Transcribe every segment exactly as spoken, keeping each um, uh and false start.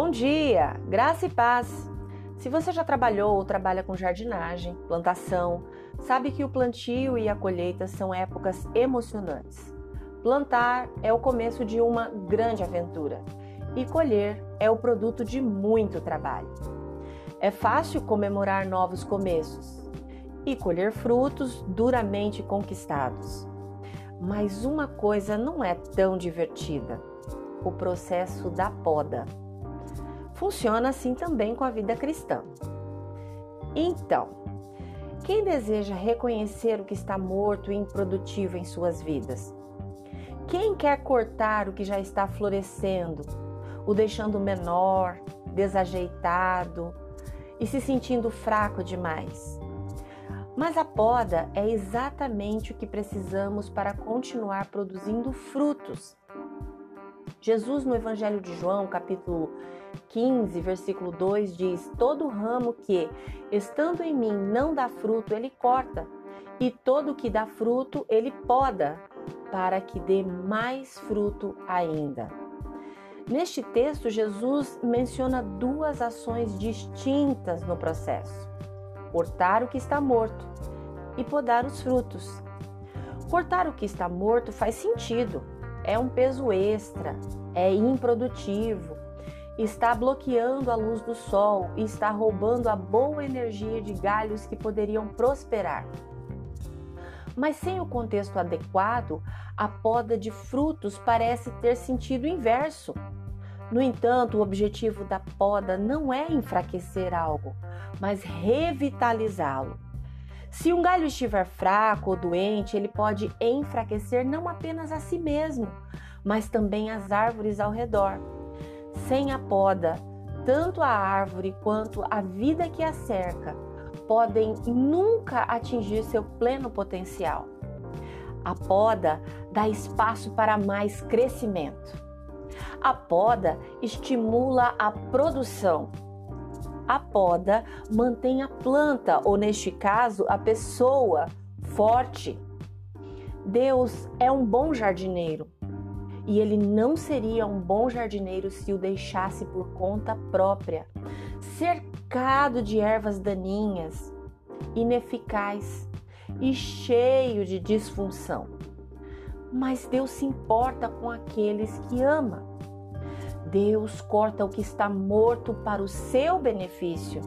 Bom dia, graça e paz. Se você já trabalhou ou trabalha com jardinagem, plantação, sabe que o plantio e a colheita são épocas emocionantes. Plantar é o começo de uma grande aventura e colher é o produto de muito trabalho. É fácil comemorar novos começos e colher frutos duramente conquistados. Mas uma coisa não é tão divertida: o processo da poda. Funciona assim também com a vida cristã. Então, quem deseja reconhecer o que está morto e improdutivo em suas vidas? Quem quer cortar o que já está florescendo, o deixando menor, desajeitado e se sentindo fraco demais? Mas a poda é exatamente o que precisamos para continuar produzindo frutos. Jesus, no Evangelho de João, capítulo quinze, versículo dois, diz: todo ramo que, estando em mim, não dá fruto, ele corta, e todo que dá fruto, ele poda, para que dê mais fruto ainda. Neste texto, Jesus menciona duas ações distintas no processo: cortar o que está morto e podar os frutos. Cortar o que está morto faz sentido, é um peso extra, é improdutivo, está bloqueando a luz do sol e está roubando a boa energia de galhos que poderiam prosperar. Mas sem o contexto adequado, a poda de frutos parece ter sentido inverso. No entanto, o objetivo da poda não é enfraquecer algo, mas revitalizá-lo. Se um galho estiver fraco ou doente, ele pode enfraquecer não apenas a si mesmo, mas também as árvores ao redor. Sem a poda, tanto a árvore quanto a vida que a cerca podem nunca atingir seu pleno potencial. A poda dá espaço para mais crescimento. A poda estimula a produção. A poda mantém a planta, ou neste caso, a pessoa, forte. Deus é um bom jardineiro. E ele não seria um bom jardineiro se o deixasse por conta própria, cercado de ervas daninhas, ineficaz e cheio de disfunção. Mas Deus se importa com aqueles que ama. Deus corta o que está morto para o seu benefício.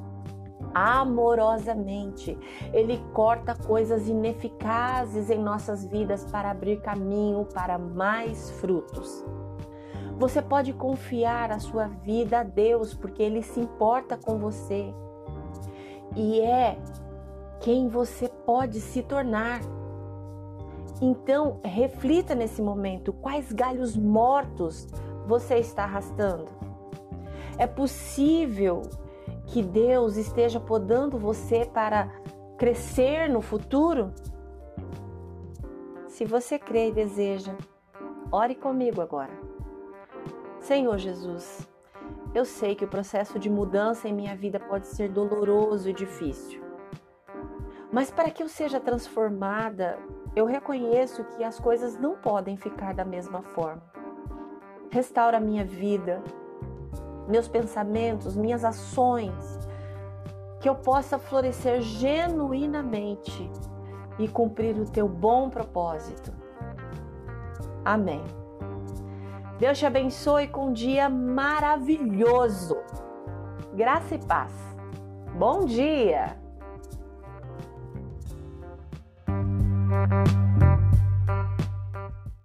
Amorosamente, Ele corta coisas ineficazes em nossas vidas para abrir caminho para mais frutos. Você pode confiar a sua vida a Deus, porque Ele se importa com você e é quem você pode se tornar. Então, reflita nesse momento: quais galhos mortos você está arrastando? É possível que Deus esteja podando você para crescer no futuro? Se você crê e deseja, ore comigo agora. Senhor Jesus, eu sei que o processo de mudança em minha vida pode ser doloroso e difícil. Mas para que eu seja transformada, eu reconheço que as coisas não podem ficar da mesma forma. Restaura minha vida, meus pensamentos, minhas ações, que eu possa florescer genuinamente e cumprir o teu bom propósito. Amém. Deus te abençoe com um dia maravilhoso. Graça e paz. Bom dia!